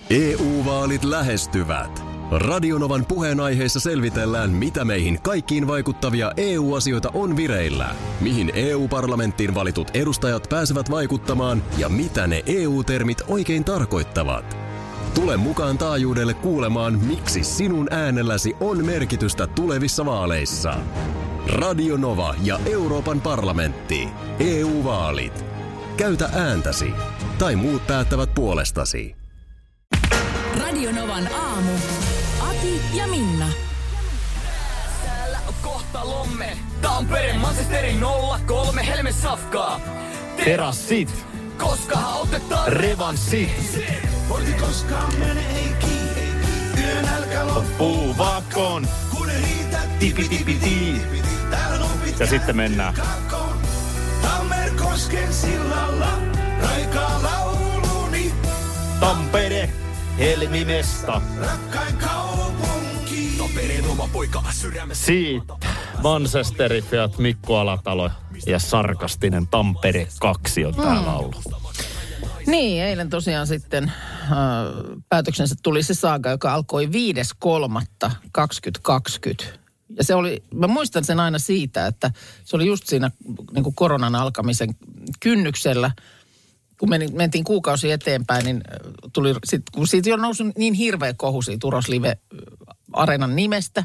EU-vaalit lähestyvät. Radionovan puheenaiheessa selvitellään, mitä meihin kaikkiin vaikuttavia EU-asioita on vireillä, mihin EU-parlamenttiin valitut edustajat pääsevät vaikuttamaan ja mitä ne EU-termit oikein tarkoittavat. Tule mukaan taajuudelle kuulemaan, miksi sinun äänelläsi on merkitystä tulevissa vaaleissa. Radio Nova ja Euroopan parlamentti. EU-vaalit. Käytä ääntäsi. Tai muut päättävät puolestasi. Radio Novan aamu. Ati ja Minna. Täällä on kohtalomme. Tampereen Manchesterin 0-3 Helme Safkaa. Terassit. Koskahan otetaan Revanssi. Voiti koskaan mene ei kiinni. Yön nälkä Loppuu vakoon. kun ei riitä Tipi. Täällä nopit Ja sitten mennään. kakkoon. Tammerkosken sillalla raikaa lauluni. Tampere, Helmimesta. Rakkain kaupunki. Tampereen oma poika sydämessä. Siitä Manchesterin Fiat Mikko Alatalo ja sarkastinen Tampere 2 on täällä ollut. Niin, eilen tosiaan sitten päätöksensä tuli se saaga, joka alkoi 5.3.2020. Ja se oli, mä muistan sen aina siitä, että se oli just siinä niin kuin koronan alkamisen kynnyksellä. Kun mentiin kuukausi eteenpäin, niin tuli sitten, kun siitä jo nousi niin hirveä kohu siitä Uros Live-areenan nimestä,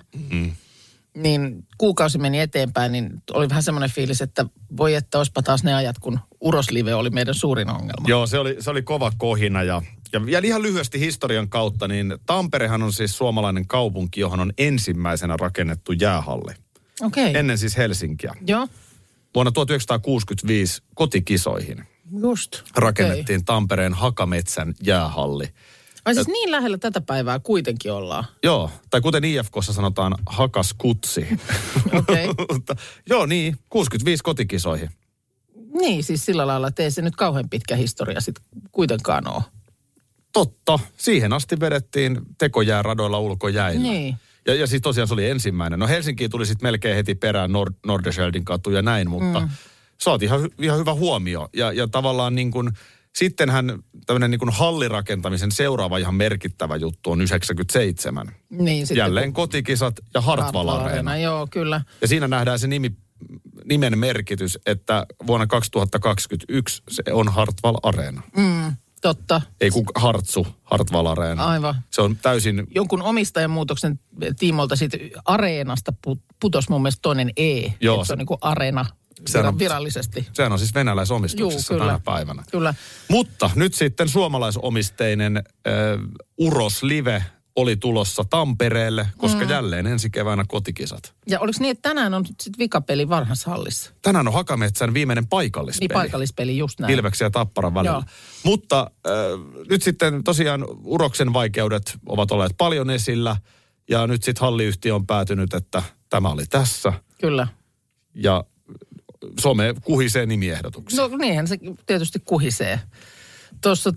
niin kuukausi meni eteenpäin, niin oli vähän semmoinen fiilis, että voi että olisipa taas ne ajat, kun Uros Live oli meidän suurin ongelma. Joo, se oli kova kohina ja ihan lyhyesti historian kautta, niin Tamperehan on siis suomalainen kaupunki, johon on ensimmäisenä rakennettu jäähalli. Okei. Ennen siis Helsinkiä. Joo, Vuonna 1965 kotikisoihin just. rakennettiin Tampereen Hakametsän jäähalli. Ai siis niin lähellä tätä päivää kuitenkin ollaan. Joo, tai kuten IFK:ssa sanotaan, Hakaskutsi. Okei. Joo, niin, 65 kotikisoihin. Niin, siis sillä lailla, että ei se nyt kauhean pitkä historia sitten kuitenkaan ole. Totta, siihen asti vedettiin tekojääradoilla ulkojäillä. Niin. Ja siis tosiaan se oli ensimmäinen. No Helsinkiin tuli sitten melkein heti perään Norderscheldin katu ja näin, mutta se on ihan hyvä huomio. Ja tavallaan niin kuin, sittenhän tämmöinen niin kuin hallirakentamisen seuraava ihan merkittävä juttu on 97. Niin, sitten jälleen kotikisat ja Hartwall Areena. Joo, kyllä. Ja siinä nähdään se nimen merkitys, että vuonna 2021 se on Hartwall Areena. Totta. Ei kun Hartwall Areena. Aivan. Se on täysin... Jonkun omistajan muutoksen tiimoilta siitä areenasta putosi mun mielestä toinen E. Joo, se on niin kuin areena virallisesti. Sehän on siis venäläisomistuksessa Juu, tänä päivänä. Kyllä. Mutta nyt sitten suomalaisomisteinen Uros Live oli tulossa Tampereelle, koska jälleen ensi keväänä kotikisat. Ja oliko niin, että tänään on sitten vikapeli Varhashallissa? Tänään on Hakametsän viimeinen paikallispeli. Niin, paikallispeli, just näin. Ilveksen ja Tapparan välillä. Joo. Mutta nyt sitten tosiaan Uroksen vaikeudet ovat olleet paljon esillä. Ja nyt sitten halliyhtiö on päätynyt, että tämä oli tässä. Kyllä. Ja some kuhisee nimiehdotuksia. No niinhän se tietysti kuhisee. Tuossa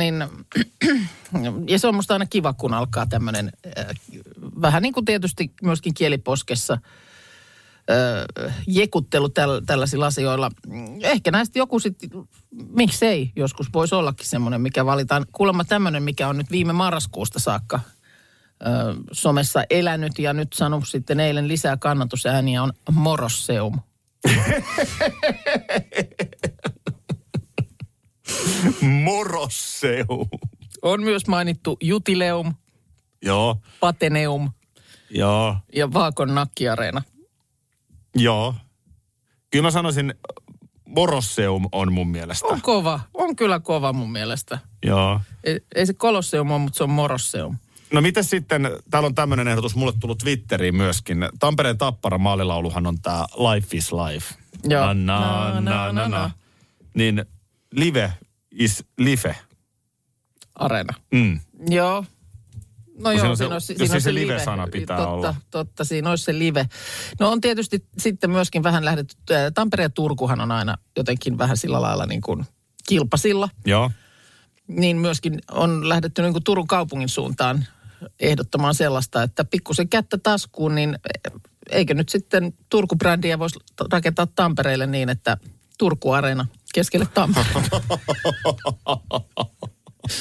ja se on musta aina kiva, kun alkaa tämmöinen, vähän niin kuin tietysti myöskin kieliposkessa, jekuttelu tällaisilla asioilla. Ehkä näistä joku sitten, miksei, joskus voisi ollakin semmoinen, mikä valitaan. Kuulemma tämmöinen, mikä on nyt viime marraskuusta saakka somessa elänyt ja nyt sanonut sitten eilen lisää kannatusääniä on Morosseum. Morosseum. On myös mainittu Jutileum, Joo. Pateneum Joo. ja Vaakon nakkiareena. Joo. Kyllä mä sanoisin, Morosseum on mun mielestä. On kova. On kyllä kova mun mielestä. Joo. Ei se Kolosseum ole, mutta se on Morosseum. No miten sitten, täällä on tämmöinen ehdotus mulle tullut Twitteriin myöskin. Tampereen Tapparan maalilauluhan on tää Life is Life. Joo. Na. Niin live is life. Areena. Mm. Joo. No siinä joo, on se- siinä jos on se live-sana pitää olla. Totta, siinä olisi se live. No on tietysti sitten myöskin vähän lähdetty, Tampere ja Turkuhan on aina jotenkin vähän sillä lailla niin kuin kilpasilla. Joo. Niin myöskin on lähdetty niin kuin Turun kaupungin suuntaan ehdottamaan sellaista, että pikkusen kättä taskuun, niin eikö nyt sitten Turku-brändiä voisi rakentaa Tampereelle niin, että Turku-areena keskelle Tampereelle.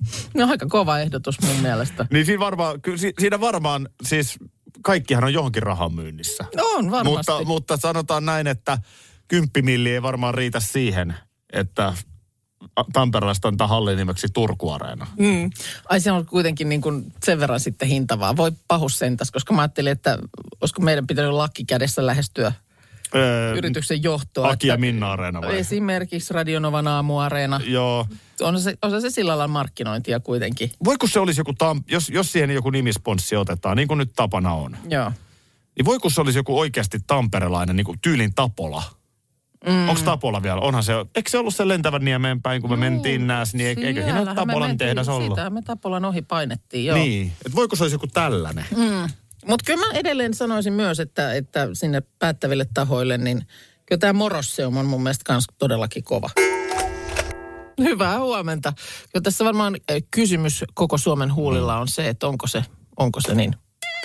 No aika kova ehdotus mun mielestä. Niin siinä varmaan siis kaikkihan on johonkin rahan myynnissä. On varmasti. Mutta sanotaan näin, että 10 milli ei varmaan riitä siihen, että Tampereella antaa hallin nimeksi Turku-areena. Ai se on kuitenkin niin kuin sen verran sitten hintavaa. Voi pahus sentäs, koska mä ajattelin, että olisiko meidän pitänyt lakki kädessä lähestyä yrityksen johtoa. Aki ja Minna-areena vai? Esimerkiksi Radio Novan aamuareena. Joo. On se sillä lailla markkinointia kuitenkin. Voiko se olisi joku, jos siihen joku nimisponssi otetaan, niin kuin nyt tapana on. Joo. Niin voiko se olisi joku oikeasti tamperelainen, niin kuin tyylin Tapola? Onko Tapola vielä? Onhan se, eikö se ollut se lentävän Niemeen päin, kun me mentiin nääs, niin eikö siinä Tapolan tehdas ollut? Sitä me Tapolan ohi painettiin, joo. Niin, että voiko se olisi joku tällainen? Mutta kyllä mä edelleen sanoisin myös, että sinne päättäville tahoille, niin kyllä tämä Morosseum on mun mielestä kans todellakin kova. Hyvää huomenta. Kyllä tässä varmaan kysymys koko Suomen huulilla on se, että onko se niin.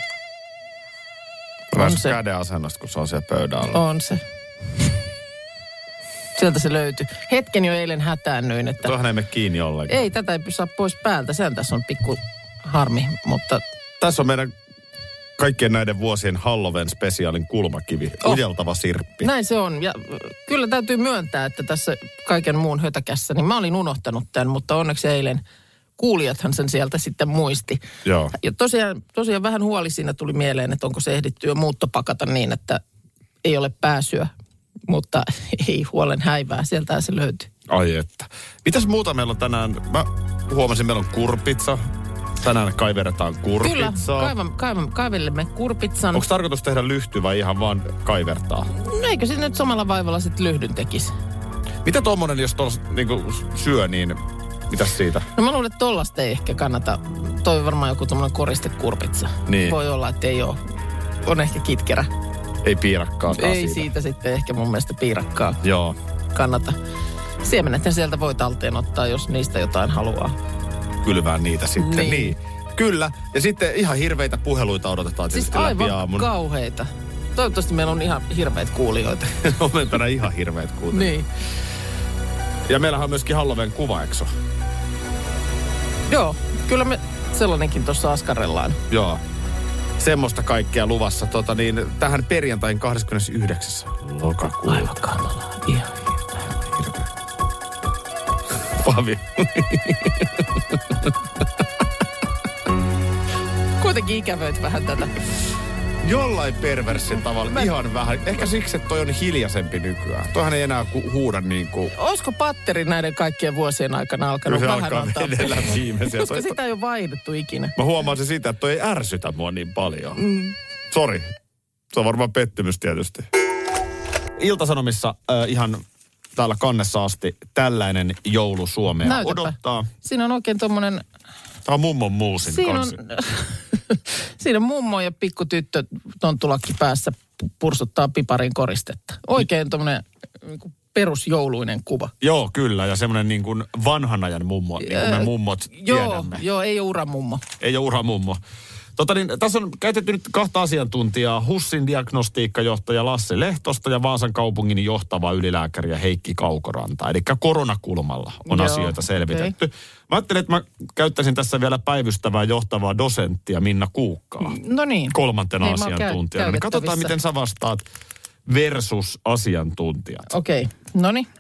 On se käden asennosta, kun se on siellä pöydän alla. On se. Sieltä se löytyi. Hetken jo eilen hätäännyin, että... Tuohan ei mene kiinni ollenkaan. Ei, tätä ei saa pois päältä. Sen tässä on pikku harmi, mutta... Tässä on meidän kaikkien näiden vuosien Halloween-spesiaalin kulmakivi. Ujeltava sirppi. Näin se on. Ja kyllä täytyy myöntää, että tässä kaiken muun hötäkässä, niin mä olin unohtanut tämän, mutta onneksi eilen kuulijathan sen sieltä sitten muisti. Joo. Ja tosiaan vähän huoli siinä tuli mieleen, että onko se ehditty jo muuttopakata niin, että ei ole pääsyä. Mutta ei huolen häivää, sieltä se löytyy. Ai että. Mitäs muuta meillä on tänään? Mä huomasin, meillä on kurpitsa. Tänään kaiveretaan kurpitsaa. Kyllä, kaivellemme kurpitsan. Onko tarkoitus tehdä lyhty vai ihan vaan kaivertaa? No eikö se nyt samalla vaivalla sitten lyhdyn tekisi? Mitä tommonen, jos tuolla niinku syö, niin mitäs siitä? No mä luulen, että tollasta ei ehkä kannata. Toi varmaan joku tommonen koristekurpitsa. Niin. Voi olla, että ei ole. On ehkä kitkerä. Ei piirakkaakaan ei siitä sitten ehkä mun mielestä piirakkaa. Joo. Kannata. Siemenethän sieltä voi talteen ottaa, jos niistä jotain haluaa. Kylvää niitä sitten. Niin. Kyllä. Ja sitten ihan hirveitä puheluita odotetaan tietysti siis läpi aamun. Aivan kauheita. Toivottavasti meillä on ihan hirveät kuulijoita. On tänään ihan hirveät kuulijoita. Niin. Ja meillähän on myöskin Halloween kuvaekso. Joo. Kyllä me sellainenkin tuossa askarellaan. Joo. Semmoista kaikkea luvassa. Tähän perjantain 29. lokakuuta. Aivan kamalaa. Ihan hirveä. Pavi. Kuitenkin ikävöit vähän tätä. Jollain perversin tavalla. Ihan vähän. Ehkä siksi, että toi on hiljaisempi nykyään. Toihan ei enää huuda niin kuin... Olisiko patteri näiden kaikkien vuosien aikana alkanut kyllä se vähän alkaa vedellä viimeisiä. Koska sitä ei ole vaihdettu ikinä. Mä huomasin sitä, että toi ei ärsytä mua niin paljon. Sori. Se on varmaan pettymys tietysti. Ilta-Sanomissa ihan täällä kannessa asti tällainen joulu Suomea näytäpä. Odottaa. Siinä on oikein tommonen... Tämä on mummon muusin kanssa. Siinä on mummo ja pikkutyttö tonttulakki päässä pursuttaa piparin koristetta. Oikein tommonen niin perusjouluinen kuva. Joo, kyllä. Ja semmoinen niin kuin vanhan ajan mummo, niin kuin me mummot tiedämme. Joo, ei ole uramummo. Ei ole uramummo. Tässä on käytetty nyt 2 asiantuntijaa. HUSin diagnostiikkajohtaja Lasse Lehtosta ja Vaasan kaupungin johtava ylilääkäriä Heikki Kaukoranta. Eli koronakulmalla on asioita selvitetty. Okay. Mä ajattelin, että mä käyttäisin tässä vielä päivystävää johtavaa dosenttia Minna Kuukkaa. No niin. 3. asiantuntijana. Katsotaan, miten sä vastaat versus asiantuntijat. Okei, no niin.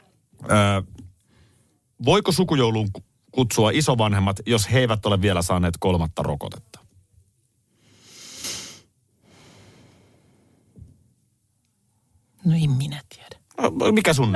Voiko sukujouluun kutsua isovanhemmat, jos he eivät ole vielä saaneet 3. rokotetta? No en minä tiedä. Mikä sun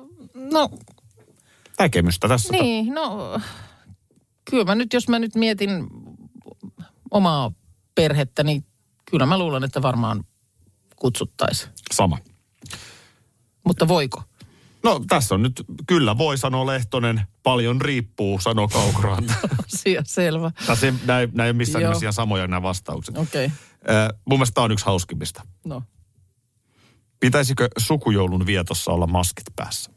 näkemystä tässä? Niin, no kyllä jos mä nyt mietin omaa perhettä, niin kyllä mä luulen, että varmaan kutsuttaisiin. Sama. Mutta voiko? No tässä on nyt, kyllä voi sanoa Lehtonen, paljon riippuu, sanoo Kaukoranta. Asia selvä. Nämä ei ole missään nimessä ihan samoja nämä vastaukset. Okei. Mun mielestä tämä on yksi hauskimmista. No. Pitäisikö sukujoulun vietossa olla maskit päässä?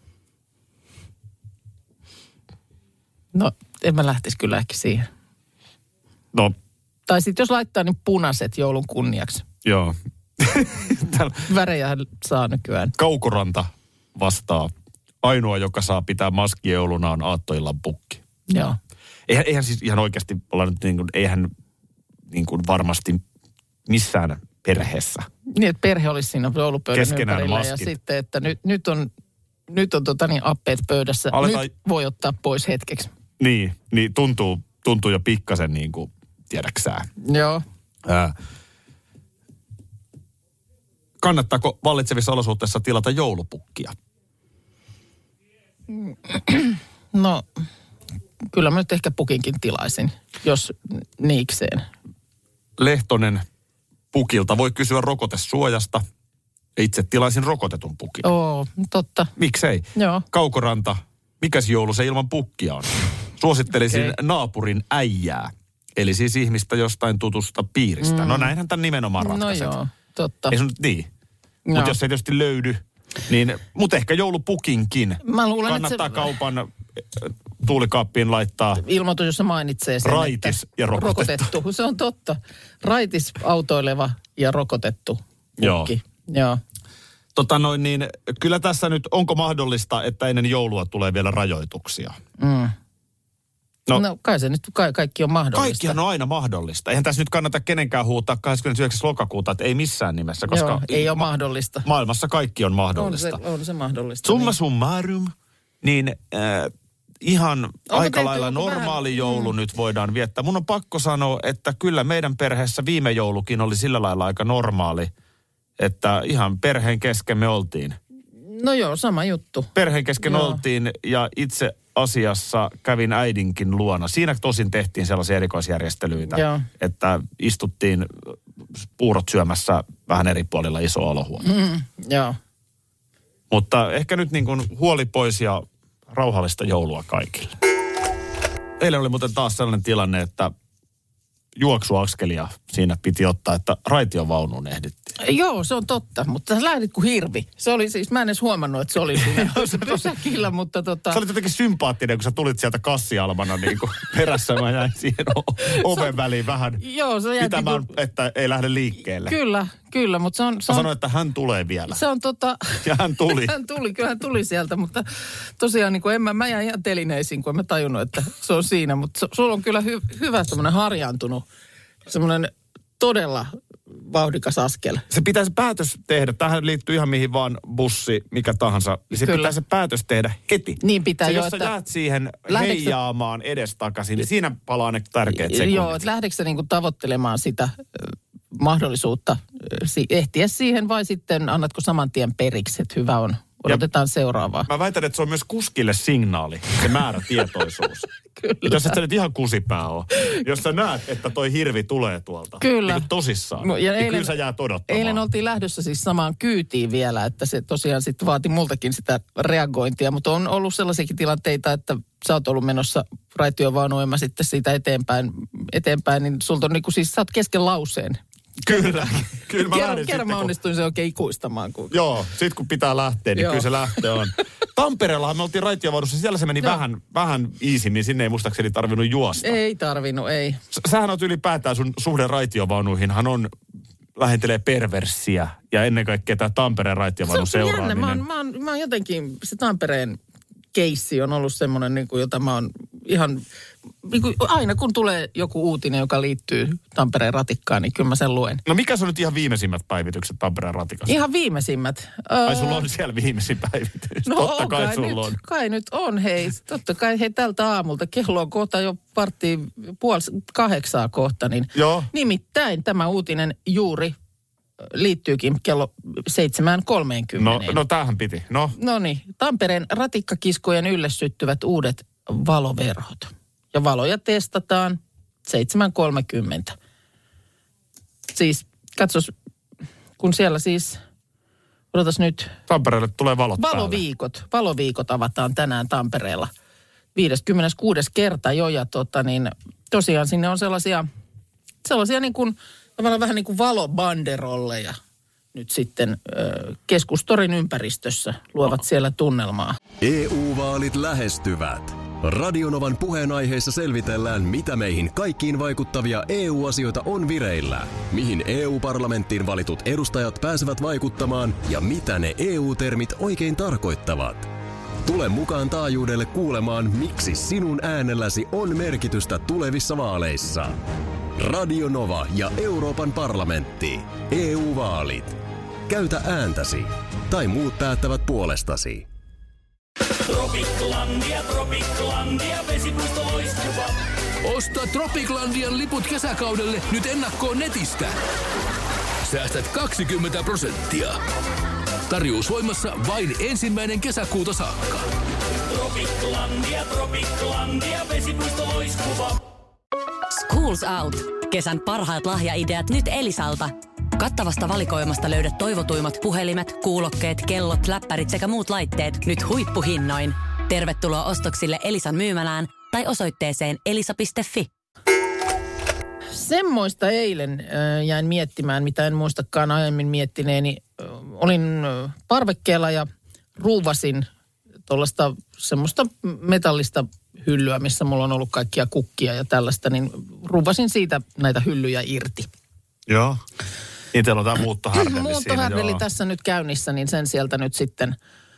No, en mä lähtisi kyllä ehkä siihen. No. Tai sitten jos laittaa niin punaiset joulun kunniaksi. Joo. Värejähän saa nykyään. Kaukoranta vastaa. Ainoa, joka saa pitää maskia jouluna, on aattoillan pukki. Joo. Eihän siis ihan oikeasti olla nyt niin kuin, eihän niin kuin varmasti missään perheessä. Niin, että perhe olisi siinä joulupöydän Keskenään ympärillä maskit. ja sitten, että nyt on appeet pöydässä. Nyt voi ottaa pois hetkeksi. Niin tuntuu jo pikkasen niin kuin, tiedäksää. Joo. Kannattaako vallitsevissa olosuhteissa tilata joulupukkia? No, kyllä mä nyt ehkä pukinkin tilaisin, jos niikseen. Lehtonen pukilta voi kysyä rokotesuojasta. Itse tilaisin rokotetun pukin. Totta. Miksei? Joo. Kaukoranta, mikäs joulu se ilman pukkia on? Suosittelisin naapurin äijää. Eli siis ihmistä jostain tutusta piiristä. No näinhän tämän nimenomaan ratkaiset. No joo, totta. Ei se nyt niin. No. Mutta jos ei tietysti löydy, niin, mutta ehkä joulupukinkin. Mä luulen, kannattaa että se kaupan tuulikaappiin laittaa ilmoitus, jossa mainitsee sen, raitis ja rokotettu. Se on totta. Raitis, autoileva ja rokotettu pukki. Joo. Kyllä tässä nyt, onko mahdollista, että ennen joulua tulee vielä rajoituksia? No kai se nyt kaikki on mahdollista. Kaikkihan on aina mahdollista. Eihän tässä nyt kannata kenenkään huutaa 29. lokakuuta, että ei missään nimessä, koska Joo, ei ole mahdollista. Maailmassa kaikki on mahdollista. On se mahdollista. Summa summarum, niin ihan aika lailla onko normaali joulu nyt voidaan viettää. Mun on pakko sanoa, että kyllä meidän perheessä viime joulukin oli sillä lailla aika normaali, että ihan perheen kesken me oltiin. No joo, sama juttu. Perheen kesken oltiin ja itse asiassa kävin äidinkin luona. Siinä tosin tehtiin sellaisia erikoisjärjestelyitä, että istuttiin puurot syömässä vähän eri puolilla isoa olohuonetta. Joo. Mutta ehkä nyt niin kuin huoli pois ja rauhallista joulua kaikille. Eilen oli muuten taas sellainen tilanne, että juoksuaskelia siinä piti ottaa, että raitiovaunuun ehdittiin. Joo, se on totta, mutta sä lähdit kuin hirvi. Se oli siis, mä en edes huomannut, että se oli siinä pysäkillä, mutta Sä olit jotenkin sympaattinen, kun sä tulit sieltä kassialmana niin kuin perässä. Mä jäin siihen oven väliin vähän pitämään, että ei lähde liikkeelle. Kyllä, mutta se on... Mä sanoin, että hän tulee vielä. Se on Ja hän tuli. Hän tuli sieltä, mutta tosiaan niin kuin mä jäin ihan telineisiin, kun en mä tajunnut, että se on siinä. Mutta sulla on kyllä hyvä semmoinen harjaantunut, semmoinen todella vauhdikas askel. Se pitäisi päätös tehdä. Tähän liittyy ihan mihin vaan bussi, mikä tahansa. Se pitää se päätös tehdä heti. Niin pitää jos sä jäät siihen heijaamaan edestakaisin, niin siinä palaa ne tärkeät sekunnit. Joo, että lähdetkö sä niinku tavoittelemaan sitä mahdollisuutta ehtiä siihen vai sitten annatko saman tien periksi, että hyvä on. Odotetaan seuraavaa. Mä väitän, että se on myös kuskille signaali, se määrätietoisuus. Kyllä. Jos et sä nyt ihan kusipää ole. Jos sä näet, että toi hirvi tulee tuolta. Kyllä. Niin tosissaan. Ja kyllä sä jäät odottamaan. Eilen oltiin lähdössä siis samaan kyytiin vielä, että se tosiaan sitten vaati multakin sitä reagointia. Mutta on ollut sellaisiakin tilanteita, että sä oot ollut menossa raitiovaunuun ja mä sitten siitä eteenpäin, niin sulta on niinku siis, sä oot kesken lauseen. Kyllä mä lähdin Kerran mä onnistuin se oikein ikuistamaan. Joo, sit kun pitää lähteä, niin kyllä se lähtee on. Tampereellahan me oltiin raitiovaunussa, siellä se meni vähän iisimmin, sinne ei muistaakseni tarvinnut juosta. Ei tarvinnut, ei. Sähän oot ylipäätään sun suhde raitiovaunuihinhan lähentelee perversiä ja ennen kaikkea tämä Tampereen raitiovaunun seuraaminen. Mä oon jotenkin, se Tampereen keissi on ollut semmoinen, niin kuin, jota mä oon ihan, niin kuin, aina kun tulee joku uutinen, joka liittyy Tampereen ratikkaan, niin kyllä mä sen luen. No mikä on nyt ihan viimeisimmät päivitykset Tampereen ratikasta? Ihan viimeisimmät. Ai sulla on siellä viimeisin päivitys. No totta kai sulla on. Kai nyt on, hei. Totta kai, hei, tältä aamulta. Kello on kohta jo 7:30 kohta, niin joo. Nimittäin tämä uutinen juuri liittyykin kello 7:30. No tämähän piti, No niin, Tampereen ratikkakiskojen ylle syttyvät uudet valoverhot. Ja valoja testataan 7:30. Siis, katsos, kun siellä siis, odotas nyt. Tampereelle tulee valot Valoviikot avataan tänään Tampereella. 56. kerta jo ja tosiaan sinne on sellaisia niin kuin, tavallaan vähän niin kuin valobanderolleja nyt sitten Keskustorin ympäristössä luovat siellä tunnelmaa. EU-vaalit lähestyvät. Radionovan puheenaiheessa selvitellään, mitä meihin kaikkiin vaikuttavia EU-asioita on vireillä, mihin EU-parlamenttiin valitut edustajat pääsevät vaikuttamaan ja mitä ne EU-termit oikein tarkoittavat. Tule mukaan taajuudelle kuulemaan, miksi sinun äänelläsi on merkitystä tulevissa vaaleissa. Radio Nova ja Euroopan parlamentti. EU-vaalit. Käytä ääntäsi. Tai muut päättävät puolestasi. Tropiklandia, vesipuisto loistuva. Osta Tropiklandian liput kesäkaudelle nyt ennakkoon netistä. Säästät 20%. Tarjous voimassa vain 1. kesäkuuta saakka. Tropiklandia, vesipuisto loistuva. Schools Out. Kesän parhaat lahjaideat nyt Elisalta. Kattavasta valikoimasta löydät toivotuimmat puhelimet, kuulokkeet, kellot, läppärit sekä muut laitteet nyt huippuhinnoin. Tervetuloa ostoksille Elisan myymälään tai osoitteeseen elisa.fi. Semmoista eilen jäin miettimään, mitä en muistakaan aiemmin miettineeni. Olin parvekkeella ja ruuvasin tuollaista semmoista metallista hyllyä, missä mulla on ollut kaikkia kukkia ja tällaista, niin ruuvasin siitä näitä hyllyjä irti. Joo. Itellä on tämä muuttohärdelli Muuttohärdeli tässä nyt käynnissä, niin sen sieltä nyt sitten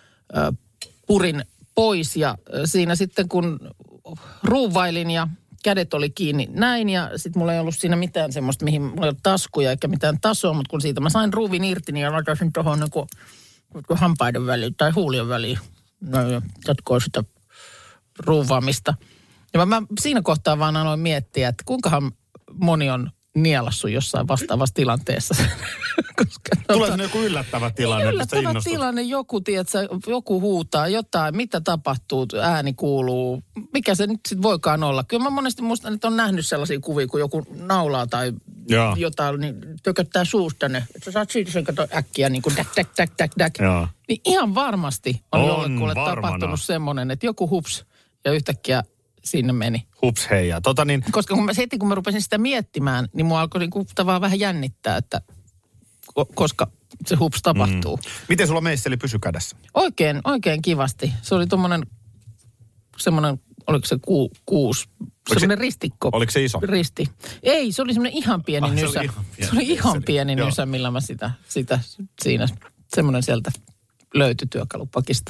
purin pois. Ja siinä sitten kun ruuvailin ja kädet oli kiinni näin ja sitten mulla ei ollut siinä mitään semmoista, mihin mulla ei ollut taskuja eikä mitään tasoa, mutta kun siitä mä sain ruuvin irti, niin laitan tuohon niin hampaiden väliin tai huulien väliin. No ja jatkoi sitä ruuvaamista. Ja mä siinä kohtaa vaan aloin miettiä, että kuinkahan moni on nielassu jossain vastaavassa tilanteessa. Tulee sinne joku yllättävä tilanne. Yllättävä tilanne, joku huutaa jotain, mitä tapahtuu, ääni kuuluu, mikä se nyt sitten voikaan olla. Kyllä mä monesti muistan, että on nähnyt sellaisia kuvia, kun joku naulaa tai jotain, niin tököttää suusta ne. Että sä saat siitä sen kato äkkiä niin kuin dak. Niin ihan varmasti on jollekulle tapahtunut semmoinen, että joku hups ja yhtäkkiä sinne meni. Hups heijaa. Koska kun mä rupesin sitä miettimään, niin mua alkoi niinku tavallaan vähän jännittää, että koska se hups tapahtuu. Miten sulla meisseli pysy kädessä? Oikein kivasti. Se oli semmoinen, oliko se kuusi, semmoinen ristikko. Oliko se iso? Risti. Ei, se oli semmoinen ihan pieni nysä. Se oli ihan pieni nysä, millä mä sitä siinä, semmoinen sieltä löytyi työkalupakista.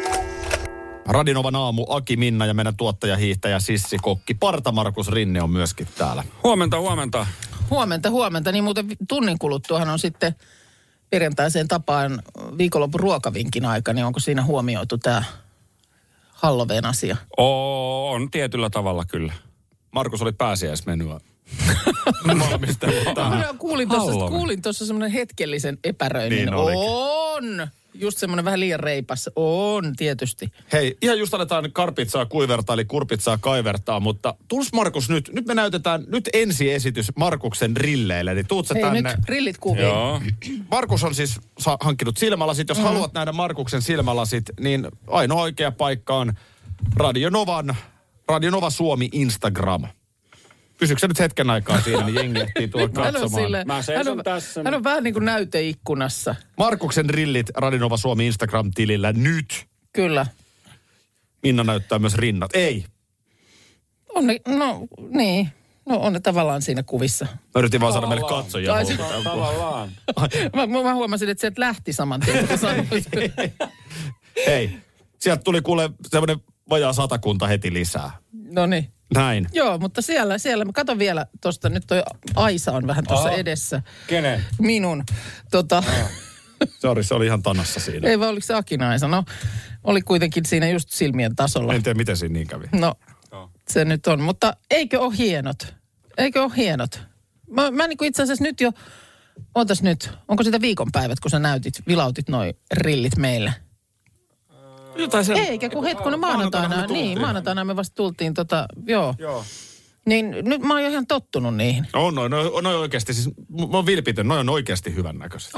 Radio Novan aamu, Aki Minna ja meidän tuottaja, hiihtäjä, Sissi Kokki. Parta Markus Rinne on myöskin täällä. Huomenta. Niin muuten tunnin kuluttuahan on sitten perjantaiseen tapaan viikonlopun ruokavinkin aika, niin onko siinä huomioitu tämä Halloween asia? On tietyllä tavalla kyllä. Markus oli pääsiäismenyä. Kuulin tuossa semmoinen hetkellisen epäröinnin. Niin on! Just semmoinen vähän liian reipas. On, tietysti. Hei, ihan just aletaan karpitsaa kuivertaa, eli kurpitsaa kaivertaa, mutta tuls Markus nyt me näytetään nyt ensiesitys Markuksen rilleille, eli tuut sä tänne. Nyt rillit kuviin. Joo. Markus on siis hankkinut silmälasit. Jos haluat nähdä Markuksen silmälasit, niin ainoa oikea paikka on Radio Nova Suomi Instagram. Pysyykö sä nyt hetken aikaa siinä, niin jengi ehtii tuolla katsomaan. Mä seison tässä. Hän on vähän niin kuin näyteikkunassa. Markuksen rillit Radio Nova Suomi Instagram-tilillä nyt. Kyllä. Minna näyttää myös rinnat. Ei. On ne tavallaan siinä kuvissa. Mä yritin vaan saada meille katsojia. Tavallaan. Mä huomasin, että sieltä lähti saman tien. Hei, sieltä tuli kuule semmoinen vajaa 100 heti lisää. No niin. Näin. Joo, mutta siellä, mä katon vielä tuosta, nyt toi Aisa on vähän tuossa edessä. Kenen? Minun. Sorry, se oli ihan tanassa siinä. Ei vaan, oliko se Akin Aisa? No, oli kuitenkin siinä just silmien tasolla. En tiedä, miten siinä niin kävi. No, se nyt on. Mutta eikö ole hienot? Mä niin kuin itse asiassa nyt jo, ootas nyt, onko sitä viikonpäivät, kun sä vilautit noi rillit meille? Eikä, kun hetkonen maanantaina. Niin, maanantaina me vasta tultiin joo. Niin nyt mä oon jo ihan tottunut niihin. On oikeasti, siis mä oon vilpitön, noi on oikeasti hyvännäköiset.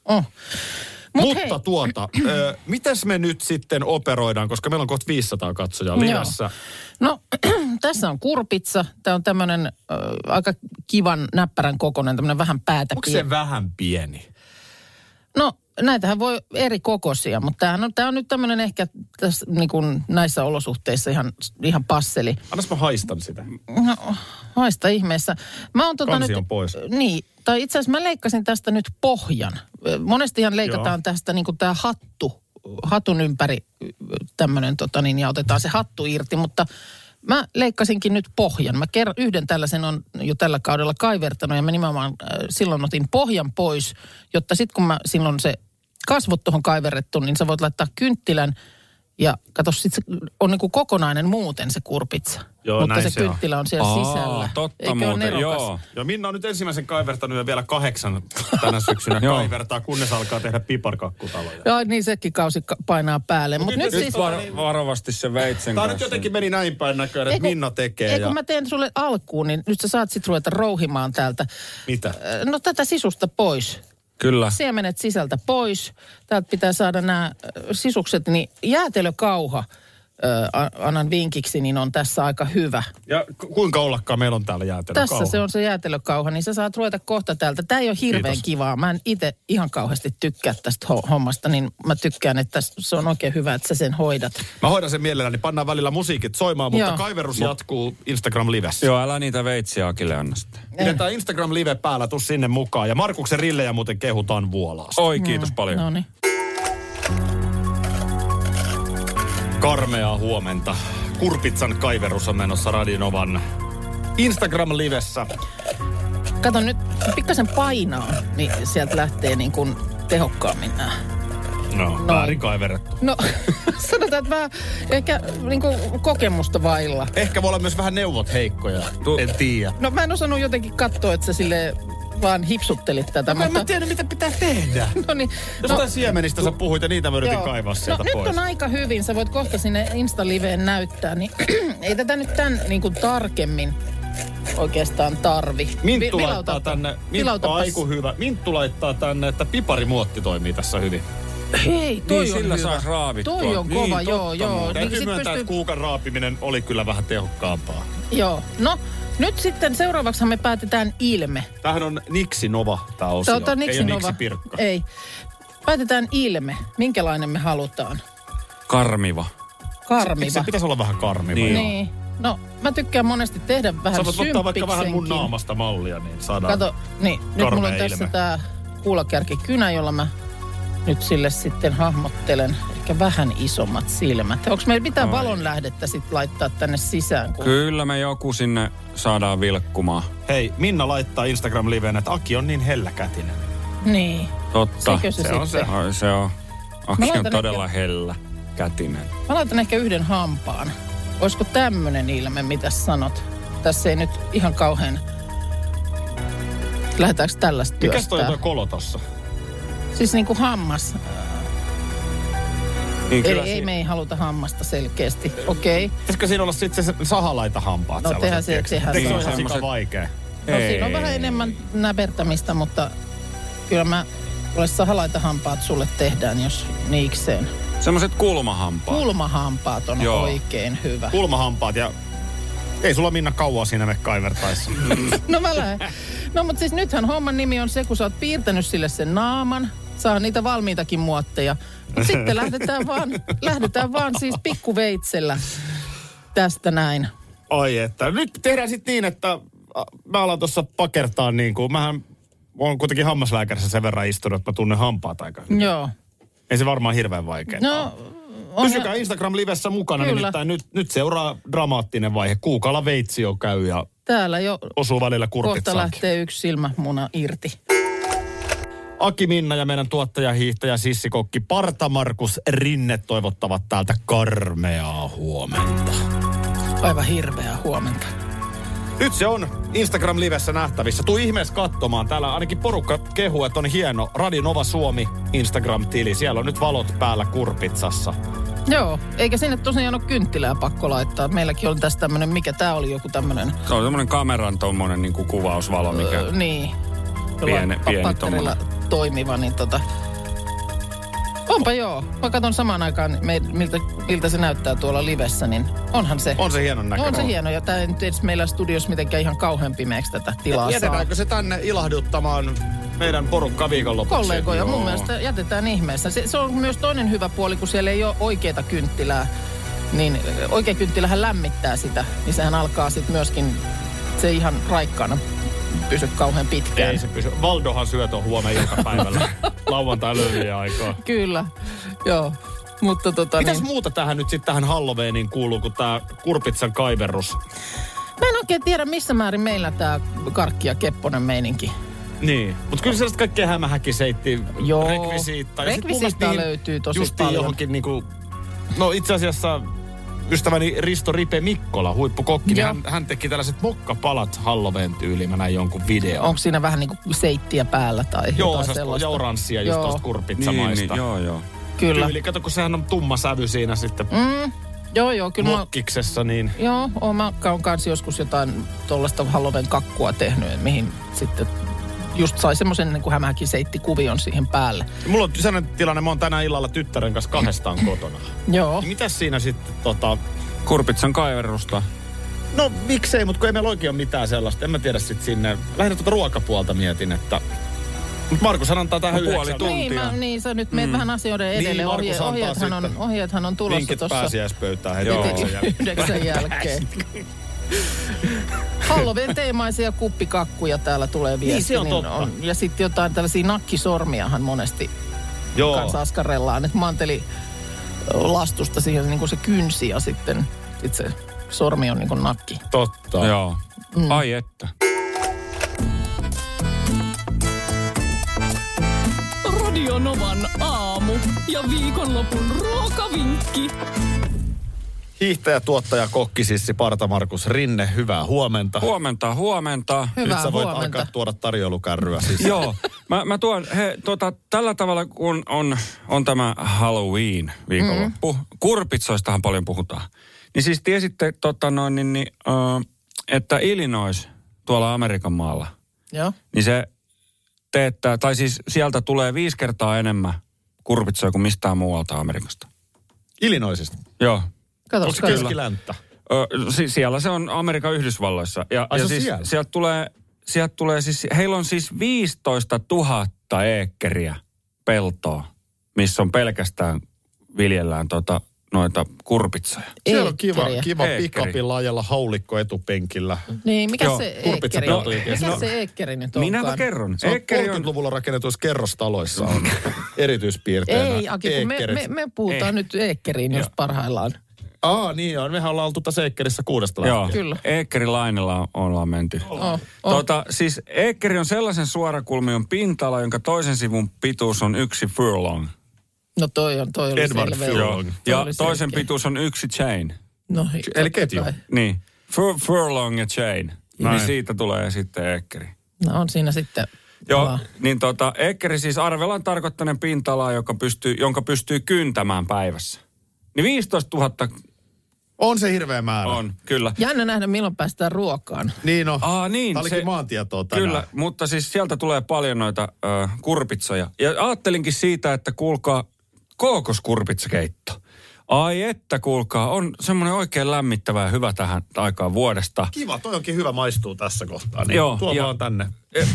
Mutta mitäs me nyt sitten operoidaan, koska meillä on kohta 500 katsojaa livessä. No, tässä on kurpitsa. Tämä on tämmöinen aika kivan näppärän kokoinen, tämmöinen vähän päätä. Onko se vähän pieni? No, näitähän voi eri kokoisia, mutta tämä on nyt tämmöinen ehkä tässä, niin kuin näissä olosuhteissa ihan passeli. Annas mä haistan sitä. No, haista ihmeessä. Mä oon Kansi on pois. Niin, tai itse asiassa mä leikkasin tästä nyt pohjan. Monestihan leikataan tästä niin kuin tämä hattu hatun ympäri tämmöinen ja otetaan se hattu irti, mutta mä leikkasinkin nyt pohjan. Mä yhden tällaisen on jo tällä kaudella kaivertanut ja mä nimenomaan silloin otin pohjan pois, jotta sitten kun silloin se kasvot tuohon kaiverrettu, niin sä voit laittaa kynttilän ja kato, sit se on niin kuin kokonainen muuten se kurpitsa. Joo, mutta näin se kynttilä on siellä sisällä. Totta Eikö muuten, joo. Ja Minna on nyt ensimmäisen kaivertanut ja vielä 8 tänä syksynä kaivertaa, kunnes alkaa tehdä piparkakkutaloja. Joo, niin sekin kausi painaa päälle. Mutta nyt siis Varovasti se veitsen Tämä kanssa. nyt jotenkin meni näin päin näköön, että Minna tekee. Kun mä teen sulle alkuun, niin nyt sä saat sit ruveta rouhimaan täältä. Mitä? No tätä sisusta pois. Kyllä. Siemenet sisältä pois. Täältä pitää saada nämä sisukset, niin jäätelökauha, annan vinkiksi, niin on tässä aika hyvä. Ja kuinka ollakaan meillä on täällä jäätelökauha? Tässä se on se jäätelökauha, niin sä saat ruveta kohta täältä. Tämä ei ole hirveän kivaa. Mä en itse ihan kauheasti tykkää tästä hommasta, niin mä tykkään, että se on oikein hyvä, että sä sen hoidat. Mä hoidan sen mielelläni, pannaan välillä musiikit soimaan, mutta kaiverus jatkuu Instagram-livessä. Joo, älä niitä veitsiä Akille anna sitten. Pidetään Instagram-live päällä, tuu sinne mukaan. Ja Markuksen rillejä muuten kehutaan Vuolaasta. Oi, kiitos paljon. No niin. Karmeaa huomenta. Kurpitsan kaiverus on menossa Radionovan Instagram-livessä. Kato nyt, pikkasen painaa, niin sieltä lähtee niin kuin tehokkaammin nämä. No, väärin kaiverrettu. No, sanotaan, että mä ehkä niin kuin kokemusta vailla. Ehkä voi olla myös vähän neuvot heikkoja, en tiedä. No mä en osannut jotenkin katsoa, että sä silleen vaan hipsuttelit tätä. Mutta mä tiedän, mitä pitää tehdä. No niin. Jostain siemenistä sä puhuit ja niitä mä yritin kaivaa sieltä pois. Nyt on aika hyvin. Sä voit kohta sinne Insta-liveen näyttää, niin ei tätä nyt tän niin kuin tarkemmin oikeastaan tarvi. Minttu laittaa tänne, aiku hyvä. Minttu laittaa tänne, että piparimuotti toimii tässä hyvin. Hei, toi niin, on sillä hyvä. saa raavittua. Toi on kova, joo. Täytyy myöntää, että kuukan raapiminen oli kyllä vähän tehokkaampaa. Joo, no nyt sitten seuraavaksi me päätetään ilme. Tämähän on Niksi Nova, tämä osio. Tämä on Niksi Nova. Niksi Pirkka. Ei. Päätetään ilme. Minkälainen me halutaan? Karmiva. Karmiva. Se pitäisi olla vähän karmiva. Niin. No, mä tykkään monesti tehdä vähän sä voit ottaa vaikka vähän mun symppiksenkin. naamasta mallia, niin saadaan. Kato, niin. Nyt mulla on tässä tää kuulakärkikynä, jolla mä nyt sille sitten hahmottelen ehkä vähän isommat silmät. Onko meillä mitään valonlähdettä sitten laittaa tänne sisään? Kyllä me joku sinne saadaan vilkkumaan. Hei, Minna laittaa Instagram-liveen, että Aki on niin helläkätinen. Niin. Totta. Sekö se sitten? Se on. Aki on todella helläkätinen. Mä laitan ehkä yhden hampaan. Olisiko tämmönen ilme, mitä sanot? Tässä ei nyt ihan kauhean. Lähdetäänkö tällaista työstää? Mikäs toi kolo tossa? Siis niinku hammas. Niin Ei, me ei haluta hammasta selkeästi. Okei. Pitäisikö siinä olla sitten se sahalaita hampaat? No tehdään se. Se on ihan sika vaikea. No siinä on vähän enemmän näpertämistä, mutta kyllä mä sahalaita hampaat sulle tehdään, jos niikseen. Semmoiset kulmahampaat. Kulmahampaat on oikein hyvä. Kulmahampaat ja ei sulla Minna kauaa siinä me kaivertaessa. No mä lähden. No mutta siis nythän homman nimi on se, kun sä oot piirtänyt sille sen naaman. Saa niitä valmiitakin muotteja. Mutta sitten lähdetään vaan siis pikkuveitsellä tästä näin. Ai että. Nyt tehdään sitten niin, että mä alan tuossa pakertaa niin kuin. Mähän on kuitenkin hammaslääkärissä sen verran istunut, että mä tunnen hampaat aika hyvin. Joo. Ei se varmaan hirveän vaikeaa. No, pysykää Instagram-livessä mukana, kyllä. Nimittäin nyt seuraa dramaattinen vaihe. Kuukala veitsi jo käy ja täällä jo osuu välillä kurpitsaankin. Kohta lähtee yksi silmämuna irti. Aki Minna ja meidän tuottajahiihtäjä sissikokki Parta Markus Rinne toivottavat täältä karmeaa huomenta. Aivan hirveää huomenta. Nyt se on Instagram-livessä nähtävissä. Tuu ihmeessä katsomaan. Täällä ainakin porukka kehuu, että on hieno Radionova Suomi Instagram-tili. Siellä on nyt valot päällä kurpitsassa. Joo, eikä sinne tosiaan ole kynttilää pakko laittaa. Meilläkin on tässä tämmönen, mikä tää oli joku tämmönen. Se on semmonen kameran tommonen niinku kuvausvalo, mikä niin. Pieni patterilla toimiva, niin onpa joo. Mä katson samaan aikaan, miltä se näyttää tuolla livessä, niin onhan se. On se hienon näköinen. On se hieno, ja tää ei nyt edes meillä studiossa mitenkään ihan kauhean pimeäksi tätä tilaa saa. Jätetäänkö se tänne ilahduttamaan meidän porukka viikonlopuksi? Kollegoja, mun mielestä jätetään ihmeessä. Se on myös toinen hyvä puoli, kun siellä ei ole oikeita kynttilää. Niin oikea kynttilähän lämmittää sitä, niin sehän alkaa sitten myöskin se ihan raikkaana pysy kauhean pitkään. Ei se pysy. Valdohan syö tuon huomenna iltapäivällä. Lauantai löylyjen aikaa. Kyllä, joo. Mutta Mitäs muuta tähän nyt sitten tähän Halloweeniin kuuluu, kuin tää kurpitsan kaiverrus? Mä en oikein tiedä, missä määrin meillä tää karkki ja kepponen meininki. Niin, mutta kyllä sellaista kaikkea hämähäkiseitti, rekvisiittaa. Rekvisiittaa löytyy tosi justiin paljon. Johonkin niinku, no itse asiassa ystäväni Risto Ripe Mikkola, huippukokki, niin hän teki tällaiset mokkapalat Halloween-tyyliin. Mä näin jonkun videon. Onko siinä vähän niinku seittiä päällä tai jotain sellaista? Ja oranssia just tosta kurpitsamaista. Joo. Kyllä. Tyyli, kato kun sehän on tumma sävy siinä sitten Joo, kyllä mokkiksessa, niin... Joo, mä oon kanssa joskus jotain tuollaista Halloween-kakkua tehnyt, mihin sitten just sai semmoisen niin kuin hämähäkiseittikuvion siihen päälle. Mulla on sellainen tilanne, mä oon tänään illalla tyttären kanssa kahdestaan kotona. Joo. Niin mitäs siinä sitten Kurpitsan kaiverusta. No miksei, mutta kun ei meillä oikein ole mitään sellaista. En mä tiedä sit sinne. Lähinnä ruokapuolta mietin, että... Mutta Markus antaa tähän puoli tuntia. Niin, sä nyt meet vähän asioiden edelle. Niin, Ohjeethan on tulossa vinkit tuossa. pääsiäispöytään heti 9 jälkeen. Halloween-teemaisia kuppikakkuja täällä tulee viesti. Niin, se on totta. Ja sitten jotain tällaisia nakkisormiahan monesti kanssa askarellaan. Että manteli lastusta siihen niin kuin se kynsi ja sitten se sormi on niin kuin nakki. Totta. Joo. Ai että. Radio Novan aamu ja viikonlopun ruokavinkki. Hiihtäjä, tuottaja, kokkisissi Parta Markus Rinne, hyvää huomenta. Huomenta. Hyvää Nyt sä voit huomenta. alkaa tuoda tarjoulukärryä sisään. Joo, mä tuon, tällä tavalla kun on tämä Halloween viikonloppu, kurpitsoistahan paljon puhutaan. Niin siis tiesitte, että Illinois tuolla Amerikan maalla, Joo. niin se teettää, tai siis sieltä tulee 5 kertaa enemmän kurpitsoja kuin mistään muualta Amerikasta. Illinoisista. Joo. Katos. Keskilänttä. Siellä se on Amerikan Yhdysvalloissa. Ja siis sieltä tulee siis, heillä on siis 15 000 eekkeriä peltoa, missä on pelkästään viljellään noita kurpitsoja. Siellä on kiva Eekkeri. pikapilla ajella haulikko etupenkillä. Niin, mikä Joo, se eekkeri kurpitsat on? peltoja Mikä se eekkeri nyt onkaan? Minäpä kerron. Se on Eekkeri on 30-luvulla rakennetuissa kerrostaloissa on erityispiirteinä. Ei, Aki, kun me puhutaan nyt eekkeriin just parhaillaan. Niin on. Mehän ollaan oltu tässä eekkerissä 6 lähtien. Joo, Kyllä. eekkerilainilla ollaan menty. Siis eekkeri on sellaisen suorakulmion pinta-ala, jonka toisen sivun pituus on 1 furlong. No toi oli Edward selveä. Furlong. Ja oli toisen selkeä. pituus on 1 chain. No, Eli ketju. Niin, furlong ja chain. Niin siitä tulee sitten eekkeri. No on siinä sitten. Joo, niin eekkeri siis arvellaan tarkoittaneen pinta-alaa, jonka pystyy kyntämään päivässä. Niin 15 000 On se hirveä määrä. on, kyllä. Jännä nähdä, milloin päästään ruokaan. Niin on. Niin. Tämä olikin maantietoa tänään. Kyllä, mutta siis sieltä tulee paljon noita kurpitsoja. Ja ajattelinkin siitä, että kuulkaa, kookoskurpitsakeitto. Ai että kuulkaa, on semmoinen oikein lämmittävä ja hyvä tähän aikaan vuodesta. Kiva, toi onkin hyvä, maistuu tässä kohtaa. Niin Joo, tuo ja- vaan tänne.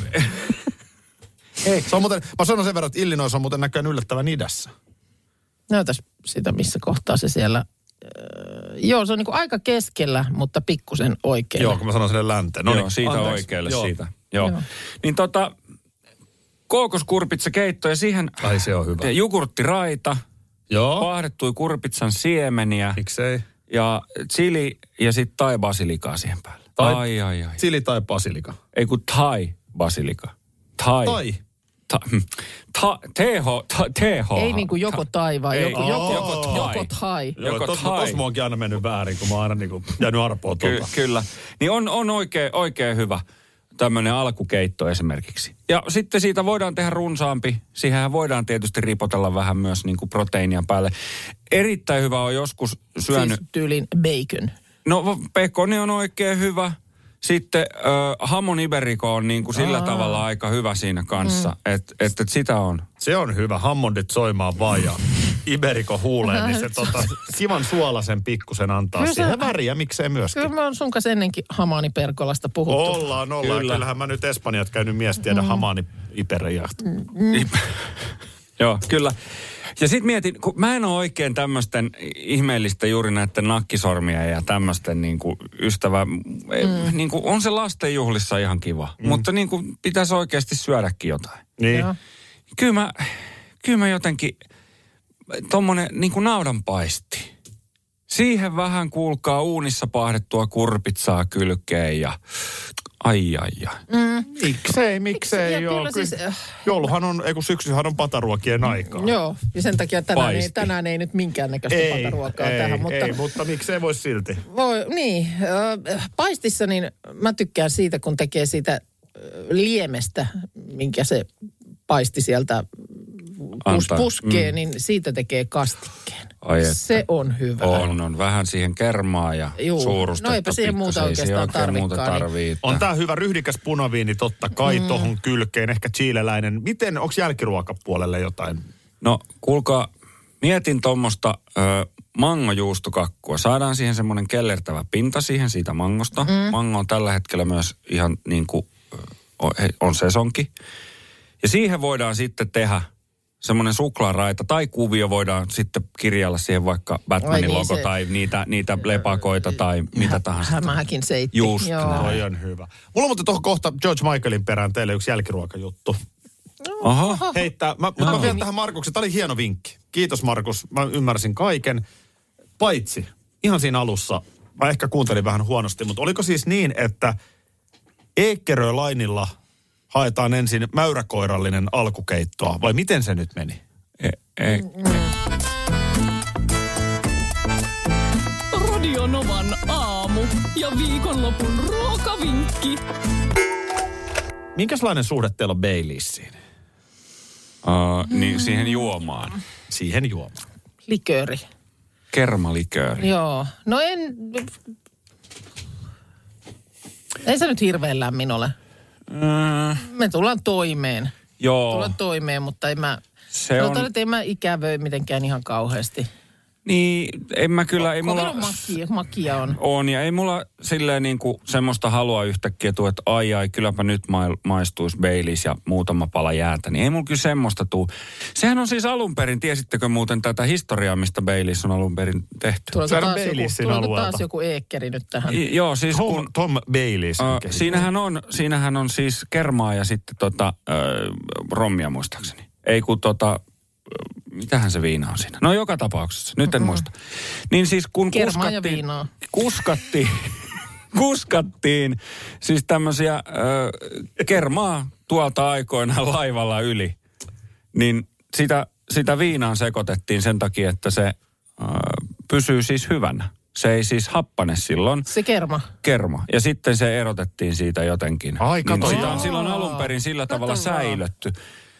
Se on muuten, mä sanon sen verran, että Illinois on muuten näköjään yllättävän idässä. Näytäs sitä, missä kohtaa se siellä. Joo, se on niinku aika keskellä, mutta pikkusen oikealla. Joo, kun mä sanon sinne länteen. No Joo, niin, siitä anteeksi. oikealle Joo. siitä. Joo. Niin kookoskurpitsakeitto ja siihen Ai se on hyvä. jogurttiraita, Joo. paahdettuja kurpitsan siemeniä Miksei? ja chili ja sitten thai-basilikaa siihen päälle. Ai. Chili tai basilika. Ei kun thai-basilika. Tai. TH. Ei niinku joko tai, vaan Ei, joko thai. Tuossa mä oonkin aina mennyt väärin, kun mä oon aina niinku jäänyt arpoon tuolta. Kyllä. Niin on oikein hyvä tämmöinen alkukeitto esimerkiksi. Ja sitten siitä voidaan tehdä runsaampi. Siihenhän voidaan tietysti ripotella vähän myös niin kuin proteiinia päälle. Erittäin hyvä on joskus syönyt. Siis tyylin bacon. No pekoni on oikein hyvä. Sitten hamon iberico on niin kuin sillä tavalla aika hyvä siinä kanssa. Että sitä on. Se on hyvä. Hammondit soimaan vaan ja Iberico huuleen, niin se kivan suolasen pikkusen antaa Kyllä siihen väriä, miksei myöskin. Kyllä mä oon sun kanssa ennenkin hamaaniperkolasta puhuttu. Ollaan. Kyllähän mä nyt Espanjat käynyt mies tiedä hamaani Iberiä. Joo, kyllä. Ja sit mietin, kun mä en ole oikein tämmöisten ihmeellistä juuri näiden nakkisormia ja tämmöisten niinku ystävä, niinku on se lastenjuhlissa ihan kiva. Mutta niinku pitäisi oikeasti syödäkin jotain. Niin. Joo. Kyllä mä jotenkin, tommonen niin kuin naudanpaisti. Siihen vähän kuulkaa uunissa paahdettua kurpitsaa kylkeen ja ai. Miksei joo. Siis, jouluhan on, syksyhän on pataruokien aikaa. Joo, ja sen takia tänään ei nyt minkäännäköistä pataruokaa tähän. Mutta miksei voi silti? Niin, paistissa niin mä tykkään siitä, kun tekee siitä liemestä, minkä se paisti sieltä puskee, niin siitä tekee kastikkeen. Se on hyvä. On vähän siihen kermaa ja suurustetta. No eipä siihen muuta oikeastaan tarvikaan. On tää hyvä ryhdikäs punaviini totta kai tohon kylkeen, ehkä chileläinen. Miten, onko jälkiruokapuolelle jotain? No kuulkaa, mietin tuommoista mangojuustokakkua. Saadaan siihen semmoinen kellertävä pinta siihen siitä mangosta. Mango on tällä hetkellä myös ihan niin kuin on sesonki. Ja siihen voidaan sitten tehdä semmoinen suklaaraita tai kuvio, voidaan sitten kirjailla siihen vaikka Batmanin logo tai niitä lepakoita tai mitä tahansa. Hämähäkin seitti. Just. Toi on hyvä. Mulla on muuten tuohon kohta George Michaelin perään teille yksi jälkiruokajuttu. Aha. Heittää. Mä vielä tähän Markukseen. Tämä oli hieno vinkki. Kiitos Markus. Mä ymmärsin kaiken. Paitsi ihan siinä alussa, mä ehkä kuuntelin vähän huonosti, mutta oliko siis niin, että Eekkerö-lainilla haetaan ensin mäyräkoirallinen alkukeittoa, vai miten se nyt meni? Radio Novan aamu ja viikonlopun ruokavinkki. Minkälainen suhde teillä on Baileysiin? Niin siihen juomaan. Siihen juomaan. Likööri. Kermalikööri. Joo. No ei se nyt hirveän lämmin ole. Me tullaan toimeen. Joo. Tullaan toimeen, mutta ei mä ikävöi mitenkään ihan kauheasti. Niin, en mä kyllä, ei mulla... makia on. On, ja ei mulla silleen niinku semmoista halua yhtäkkiä tuu, että ai, kylläpä nyt maistuisi Baileys ja muutama pala jäätä. Niin ei mulla kyllä semmoista tuu. Sehän on siis alun perin, tiesittekö muuten tätä historiaa, mistä Baileys on alun perin tehty? Tuleeko taas joku Eekkeri nyt tähän? Joo, siis Tom Baileys. Siinähän on siis kermaa ja sitten rommia muistaakseni. Ei kun mitähän se viina on siinä? No joka tapauksessa, nyt en muista. Niin siis kun kuskattiin siis tämmöisiä kermaa tuolta aikoinaan laivalla yli, niin sitä viinaan sekoitettiin sen takia, että se pysyy siis hyvänä. Se ei siis happane silloin. Se Kerma. Ja sitten se erotettiin siitä jotenkin. Ai, kato. Niin sitä on silloin alun perin sillä tavalla säilötty.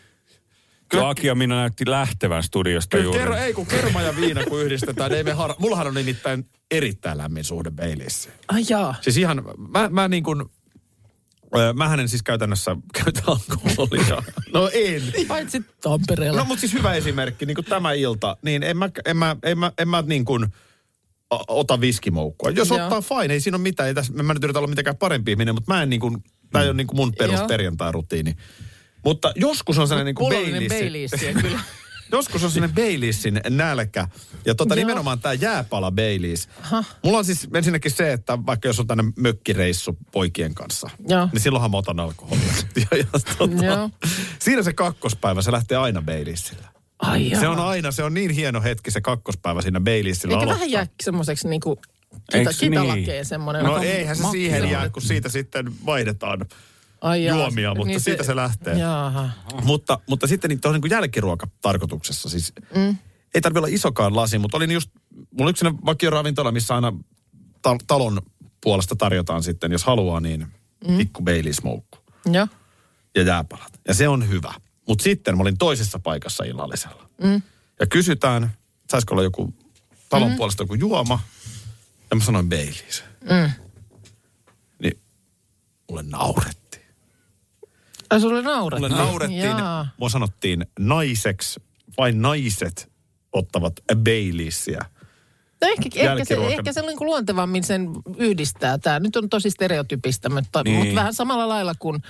Aki ja minä näytti lähtevän studiosta juuri. Kun kerma ja viina kun yhdistetään, niin mullahan on nimittäin erittäin lämmin suhde Baileysiin. Ai jaa. Siis ihan, mä niin kuin, mähän en siis käytännössä käytä alkoholia. No en. Paitsi Tampereella. No mutta siis hyvä esimerkki, niin kuin tämä ilta, niin en mä niin kuin ota viskimoukkua. Jos ottaa fine, ei siinä ole mitään. Mä nyt yritä olla mitenkään parempi ihminen, mutta mä en niin kuin, tää ei ole niin kuin mun perusperjantai-rutiini. Mutta joskus on sellainen niin kuin kyllä. Joskus on sellainen Baileysin nälkä. Ja nimenomaan tämä jääpala Baileys. Mulla on siis ensinnäkin se, että vaikka jos on tänne mökkireissu poikien kanssa, niin silloinhan mä otan alkoholia. Siinä se kakkospäivä, se lähtee aina Baileysillä. Se on niin hieno hetki se kakkospäivä siinä Baileysillä aloittaa. Eikä vähän jää semmoiseksi niinku kitalakeen semmoinen. No eihän se siihen jää, kun siitä sitten vaihdetaan juomia, mutta niin siitä se lähtee. Mutta sitten niin niin jälkiruokatarkoituksessa siis ei tarvitse olla isokaan lasi, mutta mulla oli yksi sellainen vakioravintola, missä aina talon puolesta tarjotaan sitten, jos haluaa, niin pikku Baileys-moukku. Ja jääpalat. Ja se on hyvä. Mutta sitten mä olin toisessa paikassa illallisella. Ja kysytään, saisiko olla joku talon puolesta joku juoma. Ja mä sanoin Baileys. Niin mulle naurettiin. Sulle naurettiin? Mulle naurettiin. Mua sanottiin naiseksi. Vain naiset ottavat Baileysia. No ehkä se niin kuin luontevammin sen yhdistää. Tämä nyt on tosi stereotypista, mutta vähän samalla lailla kuin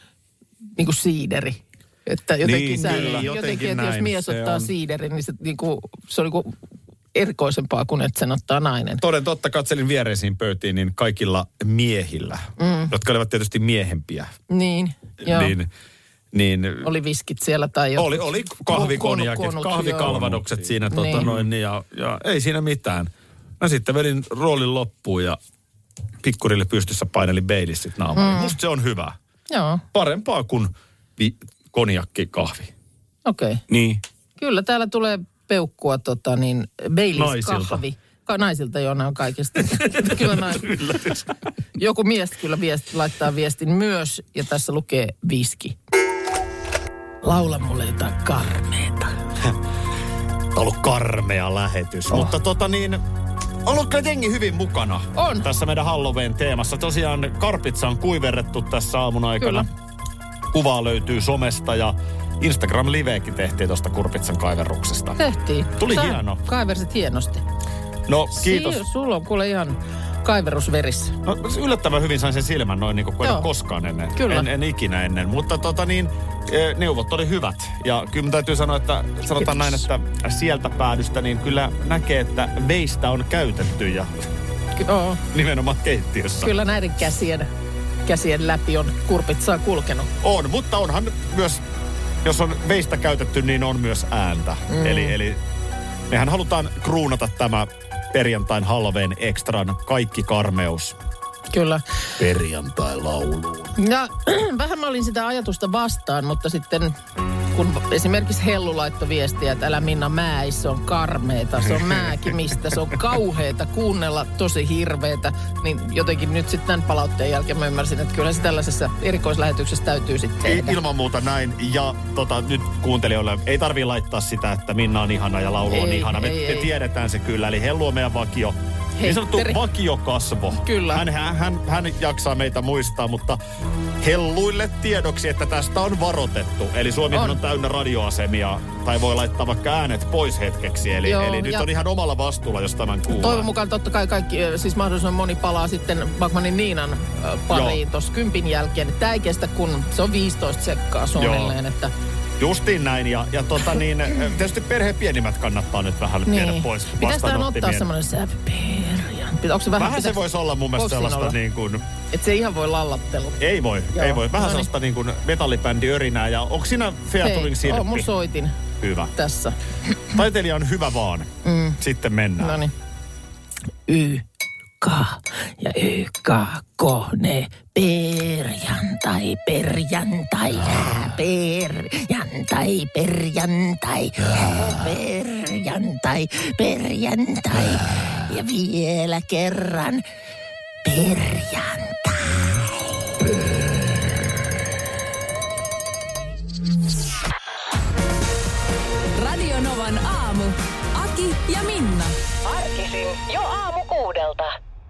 siideri. Että jotenkin että jos mies ottaa siiderin, niin se on niin kuin erikoisempaa kuin että sen ottaa nainen. Toden totta, katselin viereisiin pöytiin, niin kaikilla miehillä, jotka olivat tietysti miehempiä. Niin Niin oli viskit siellä tai jotkut. Oli kahvikoniakit, kahvikalvadokset siinä ja ei siinä mitään. Mä sitten vedin roolin loppuun ja pikkurille pystyssä painelin Baileyssit naamaan. Musta se on hyvä. Joo. Parempaa kuin konjakki kahvi. Okei. Niin. Kyllä täällä tulee peukkua Baileys kahvi. Naisilta jo nämä on kaikista. Kyllä joku mies kyllä laittaa viestin myös ja tässä lukee viski. Laula mulle jotain karmeeta. Tämä on ollut karmea lähetys. Mutta on ollut kyllä jengi hyvin mukana. On. Tässä meidän Halloween-teemassa. Tosiaan karpitsa on kuiverrettu tässä aamun aikana. Kyllä. Kuvaa löytyy somesta ja Instagram-liveekin tehtiin tuosta kurpitsan kaiverruksesta. Tehtiin. Tuli hieno. Kaiversit hienosti. No, kiitos. Sulla on kuule ihan kaiverusverissä. No, yllättävän hyvin sain sen silmän noin niin kuin en koskaan ennen. Kyllä. En ikinä ennen. Mutta neuvot oli hyvät. Ja kyllä täytyy sanoa, että sanotaan näin, että sieltä päädystä niin kyllä näkee, että veistä on käytetty ja nimenomaan keittiössä. Kyllä näiden käsien läpi on kurpitsaa kulkenut. On, mutta onhan myös, jos on veistä käytetty, niin on myös ääntä. Eli mehän halutaan kruunata tämä perjantain Halloween extran kaikki karmeus. Kyllä. Perjantai-lauluun. Ja vähän mä olin sitä ajatusta vastaan, mutta sitten kun esimerkiksi Hellu laittoi viestiä, että älä Minna mäis, se on karmeeta, se on määkimistä, se on kauheeta kuunnella, tosi hirveetä. Niin jotenkin nyt sitten tämän palautteen jälkeen mä ymmärsin, että kyllä se tällaisessa erikoislähetyksessä täytyy sitten tehdä. Ilman muuta näin. Ja nyt kuuntelijoille ei tarvitse laittaa sitä, että Minna on ihana ja laulu on ihana. Me tiedetään se kyllä. Eli Hellu on meidän vakio. Niin sanottu vakiokasvo. Kyllä. Hän jaksaa meitä muistaa, mutta Helluille tiedoksi, että tästä on varoitettu. Eli Suomihan on täynnä radioasemia, tai voi laittaa vaikka äänet pois hetkeksi. Eli nyt on ihan omalla vastuulla, jos tämän kuulee. Toivon mukaan totta kai kaikki, siis mahdollisimman moni palaa sitten Backmanin Niinan pariin tuossa 10 jälkeen. Tämä ei kestä kun se on 15 sekkaa suunnilleen, että... Justiin näin. Ja tietysti perheen pienimmät kannattaa nyt vähän viedä pois vastaanottimien. Pitäisi tämän ottaa semmoinen sävyperjan. Vähän se voisi olla mun mielestä sellaista niin kuin... Että se ihan voi lallattelu. Ei voi. Vähän sellaista niin kuin metallibändi örinää. Ja onko siinä featuring sirppi? Mun soitin. Hyvä. Tässä. Taiteilija on hyvä vaan. Sitten mennään. Noniin. YK ja YK kone perjantai, perjantai, perjantai, perjantai, perjantai, perjantai ja vielä kerran perjantai. Radio Novan aamu. Aki ja Minna. Arkisin jo aamu 6:00.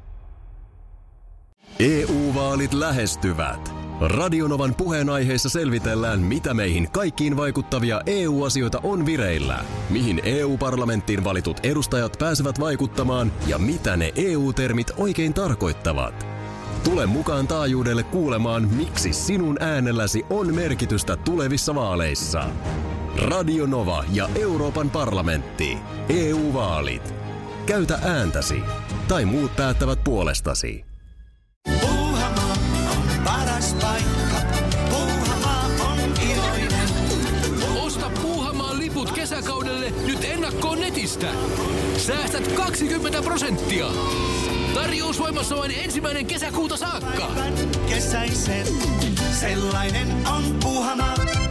EU-vaalit lähestyvät. Radionovan puheenaiheessa selvitellään, mitä meihin kaikkiin vaikuttavia EU-asioita on vireillä, mihin EU-parlamenttiin valitut edustajat pääsevät vaikuttamaan ja mitä ne EU-termit oikein tarkoittavat. Tule mukaan taajuudelle kuulemaan, miksi sinun äänelläsi on merkitystä tulevissa vaaleissa. Radio Nova ja Euroopan parlamentti. EU-vaalit. Käytä ääntäsi. Tai muut päättävät puolestasi. Puuhamaa on paras paikka. Puuhamaa on iloinen. Osta Puuhamaan liput kesäkaudelle nyt ennakkoon netistä. Säästät 20%. Tarjous voimassa vain 1. kesäkuuta saakka. Kesäisen, sellainen on Puuhamaa.